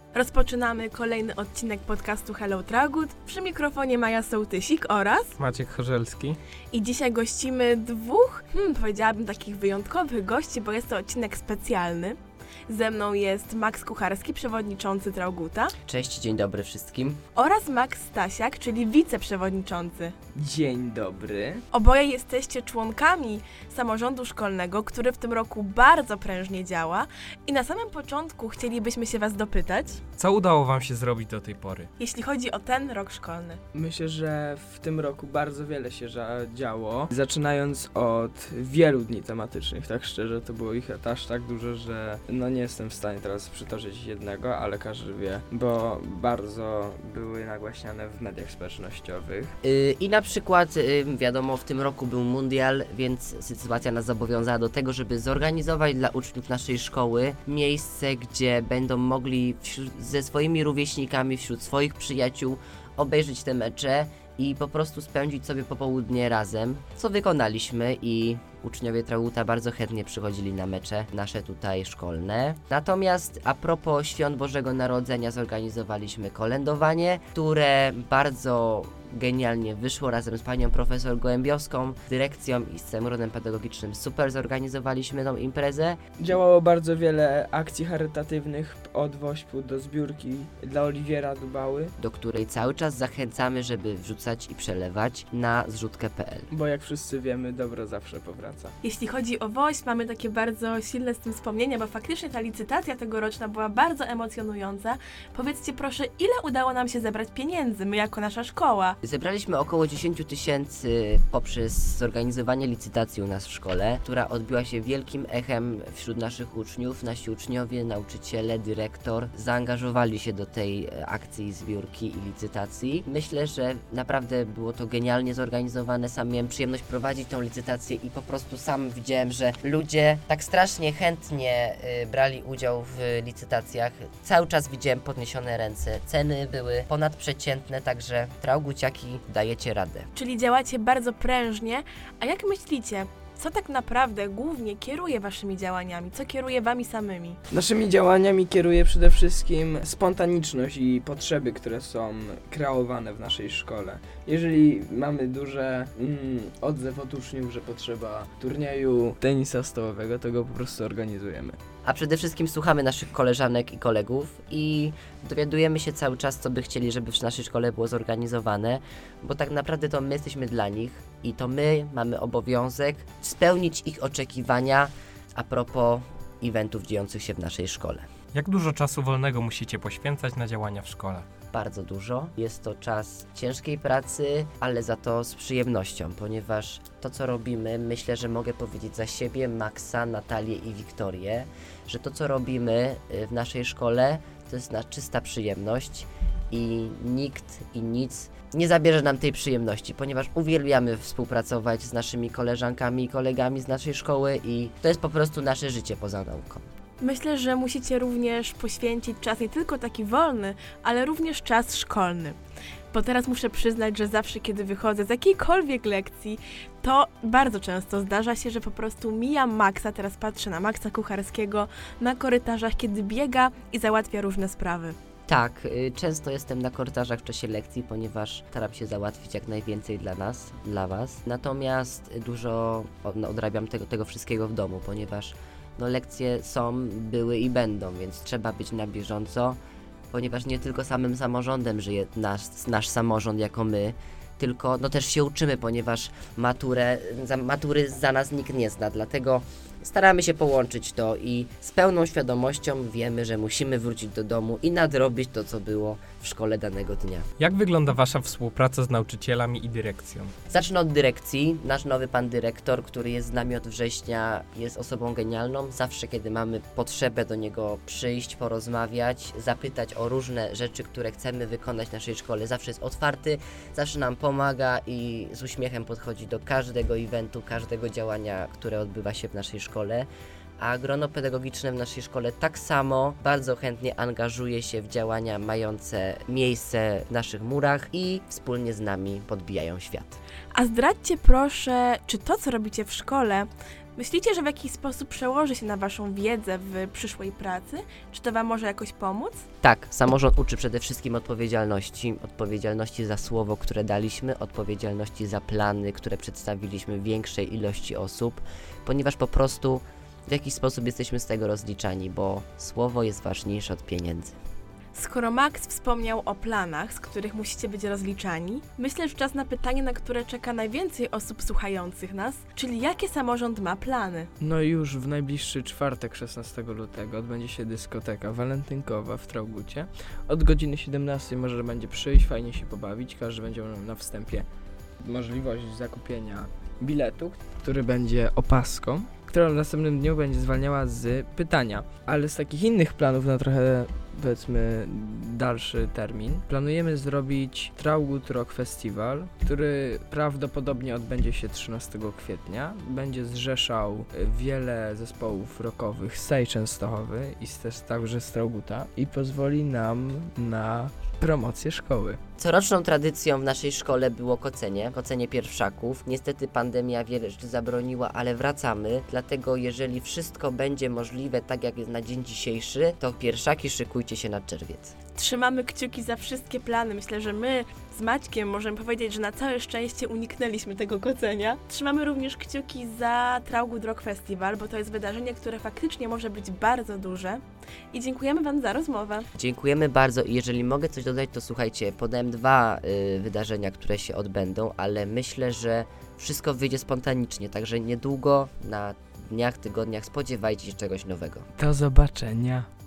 Rozpoczynamy kolejny odcinek podcastu Hello Tragut. Przy mikrofonie Maja Sołtysik oraz Maciek Chorzelski. I dzisiaj gościmy dwóch, powiedziałabym takich wyjątkowych gości, bo jest to odcinek specjalny. Ze mną jest Max Kucharski, przewodniczący Trauguta. Cześć, dzień dobry wszystkim. Oraz Max Stasiak, czyli wiceprzewodniczący. Dzień dobry. Oboje jesteście członkami samorządu szkolnego, który w tym roku bardzo prężnie działa. I na samym początku chcielibyśmy się Was dopytać, Co udało Wam się zrobić do tej pory? jeśli chodzi o ten rok szkolny. Myślę, że w tym roku bardzo wiele się działo. Zaczynając od wielu dni tematycznych, tak szczerze, to było ich aż tak dużo, że nie jestem w stanie teraz przytoczyć jednego, ale każdy wie, bo bardzo były nagłaśniane w mediach społecznościowych. I na przykład, wiadomo, w tym roku był mundial, więc sytuacja nas zobowiązała do tego, żeby zorganizować dla uczniów naszej szkoły miejsce, gdzie będą mogli ze swoimi rówieśnikami, wśród swoich przyjaciół obejrzeć te mecze i po prostu spędzić sobie popołudnie razem, co wykonaliśmy i uczniowie Trauguta bardzo chętnie przychodzili na mecze nasze tutaj szkolne. Natomiast a propos Świąt Bożego Narodzenia zorganizowaliśmy kolędowanie, które bardzo genialnie wyszło razem z panią profesor Gołębiowską, dyrekcją i z całym pedagogicznym. Super zorganizowaliśmy tą imprezę. Działało bardzo wiele akcji charytatywnych, od WOŚP-u do zbiórki dla Oliwiera Dubały, do której cały czas zachęcamy, żeby wrzucać i przelewać na zrzutkę.pl. bo jak wszyscy wiemy, dobro zawsze powraca. Jeśli chodzi o WOŚP, mamy takie bardzo silne z tym wspomnienia, bo faktycznie ta licytacja tegoroczna była bardzo emocjonująca. Powiedzcie proszę, ile udało nam się zebrać pieniędzy, my jako nasza szkoła? Zebraliśmy około 10 000 poprzez zorganizowanie licytacji u nas w szkole, która odbiła się wielkim echem wśród naszych uczniów. Nasi uczniowie, nauczyciele, dyrektor zaangażowali się do tej akcji zbiórki i licytacji. Myślę, że naprawdę było to genialnie zorganizowane. Sam miałem przyjemność prowadzić tą licytację i po prostu sam widziałem, że ludzie tak strasznie chętnie brali udział w licytacjach. Cały czas widziałem podniesione ręce. Ceny były ponadprzeciętne, także Trauguciaki, dajecie radę. Czyli działacie bardzo prężnie, a jak myślicie, co tak naprawdę głównie kieruje waszymi działaniami? Co kieruje wami samymi? Naszymi działaniami kieruje przede wszystkim spontaniczność i potrzeby, które są kreowane w naszej szkole. Jeżeli mamy duże odzew od uczniów, że potrzeba turnieju tenisa stołowego, to go po prostu organizujemy. A przede wszystkim słuchamy naszych koleżanek i kolegów i dowiadujemy się cały czas, co by chcieli, żeby w naszej szkole było zorganizowane, bo tak naprawdę to my jesteśmy dla nich i to my mamy obowiązek spełnić ich oczekiwania a propos eventów dziejących się w naszej szkole. Jak dużo czasu wolnego musicie poświęcać na działania w szkole? Bardzo dużo. Jest to czas ciężkiej pracy, ale za to z przyjemnością, ponieważ to, co robimy, myślę, że mogę powiedzieć za siebie, Maxa, Natalię i Wiktorię, że to, co robimy w naszej szkole, to jest czysta przyjemność i nikt i nic nie zabierze nam tej przyjemności, ponieważ uwielbiamy współpracować z naszymi koleżankami i kolegami z naszej szkoły i to jest po prostu nasze życie poza nauką. Myślę, że musicie również poświęcić czas nie tylko taki wolny, ale również czas szkolny. Bo teraz muszę przyznać, że zawsze kiedy wychodzę z jakiejkolwiek lekcji, to bardzo często zdarza się, że po prostu mijam Maxa, teraz patrzę na Maxa Kucharskiego na korytarzach, kiedy biega i załatwia różne sprawy. Tak, często jestem na korytarzach w czasie lekcji, ponieważ staram się załatwić jak najwięcej dla nas, dla was. Natomiast dużo odrabiam tego wszystkiego w domu, ponieważ lekcje są, były i będą, więc trzeba być na bieżąco, ponieważ nie tylko samym samorządem żyje nasz samorząd jako my, tylko też się uczymy, ponieważ matury za nas nikt nie zna, dlatego staramy się połączyć to i z pełną świadomością wiemy, że musimy wrócić do domu i nadrobić to, co było w szkole danego dnia. Jak wygląda Wasza współpraca z nauczycielami i dyrekcją? Zacznę od dyrekcji. Nasz nowy pan dyrektor, który jest z nami od września, jest osobą genialną. Zawsze, kiedy mamy potrzebę do niego przyjść, porozmawiać, zapytać o różne rzeczy, które chcemy wykonać w naszej szkole, zawsze jest otwarty, zawsze nam pomaga i z uśmiechem podchodzi do każdego eventu, każdego działania, które odbywa się w naszej szkole. A grono pedagogiczne w naszej szkole tak samo bardzo chętnie angażuje się w działania mające miejsce w naszych murach i wspólnie z nami podbijają świat. A zdradźcie proszę, czy to, co robicie w szkole, Myślicie, że w jakiś sposób przełoży się na waszą wiedzę w przyszłej pracy? Czy to wam może jakoś pomóc? Tak, samorząd uczy przede wszystkim odpowiedzialności za słowo, które daliśmy, odpowiedzialności za plany, które przedstawiliśmy większej ilości osób, ponieważ po prostu w jakiś sposób jesteśmy z tego rozliczani, bo słowo jest ważniejsze od pieniędzy. Skoro Max wspomniał o planach, z których musicie być rozliczani, myślę, że czas na pytanie, na które czeka najwięcej osób słuchających nas, czyli jakie samorząd ma plany? No i już w najbliższy czwartek, 16 lutego, odbędzie się dyskoteka walentynkowa w Traugucie. Od godziny 17 może będzie przyjść, fajnie się pobawić. Każdy będzie miał na wstępie możliwość zakupienia biletu, który będzie opaską, która w następnym dniu będzie zwalniała z pytania. Ale z takich innych planów na trochę, powiedzmy, dalszy termin, planujemy zrobić Traugut Rock Festival, który prawdopodobnie odbędzie się 13 kwietnia. Będzie zrzeszał wiele zespołów rockowych z całej Częstochowy i także z Trauguta i pozwoli nam na promocję szkoły. Coroczną tradycją w naszej szkole było kocenie pierwszaków. Niestety pandemia wiele rzeczy zabroniła, ale wracamy, dlatego jeżeli wszystko będzie możliwe tak jak jest na dzień dzisiejszy, to pierwszaki szykujcie się na czerwiec. Trzymamy kciuki za wszystkie plany. Myślę, że my z Maćkiem możemy powiedzieć, że na całe szczęście uniknęliśmy tego kocenia. Trzymamy również kciuki za Traugut Rock Festival, bo to jest wydarzenie, które faktycznie może być bardzo duże. I dziękujemy wam za rozmowę. Dziękujemy bardzo i jeżeli mogę coś dodać, to słuchajcie, podałem 2 wydarzenia, które się odbędą, ale myślę, że wszystko wyjdzie spontanicznie, także niedługo, na dniach, tygodniach spodziewajcie się czegoś nowego. Do zobaczenia.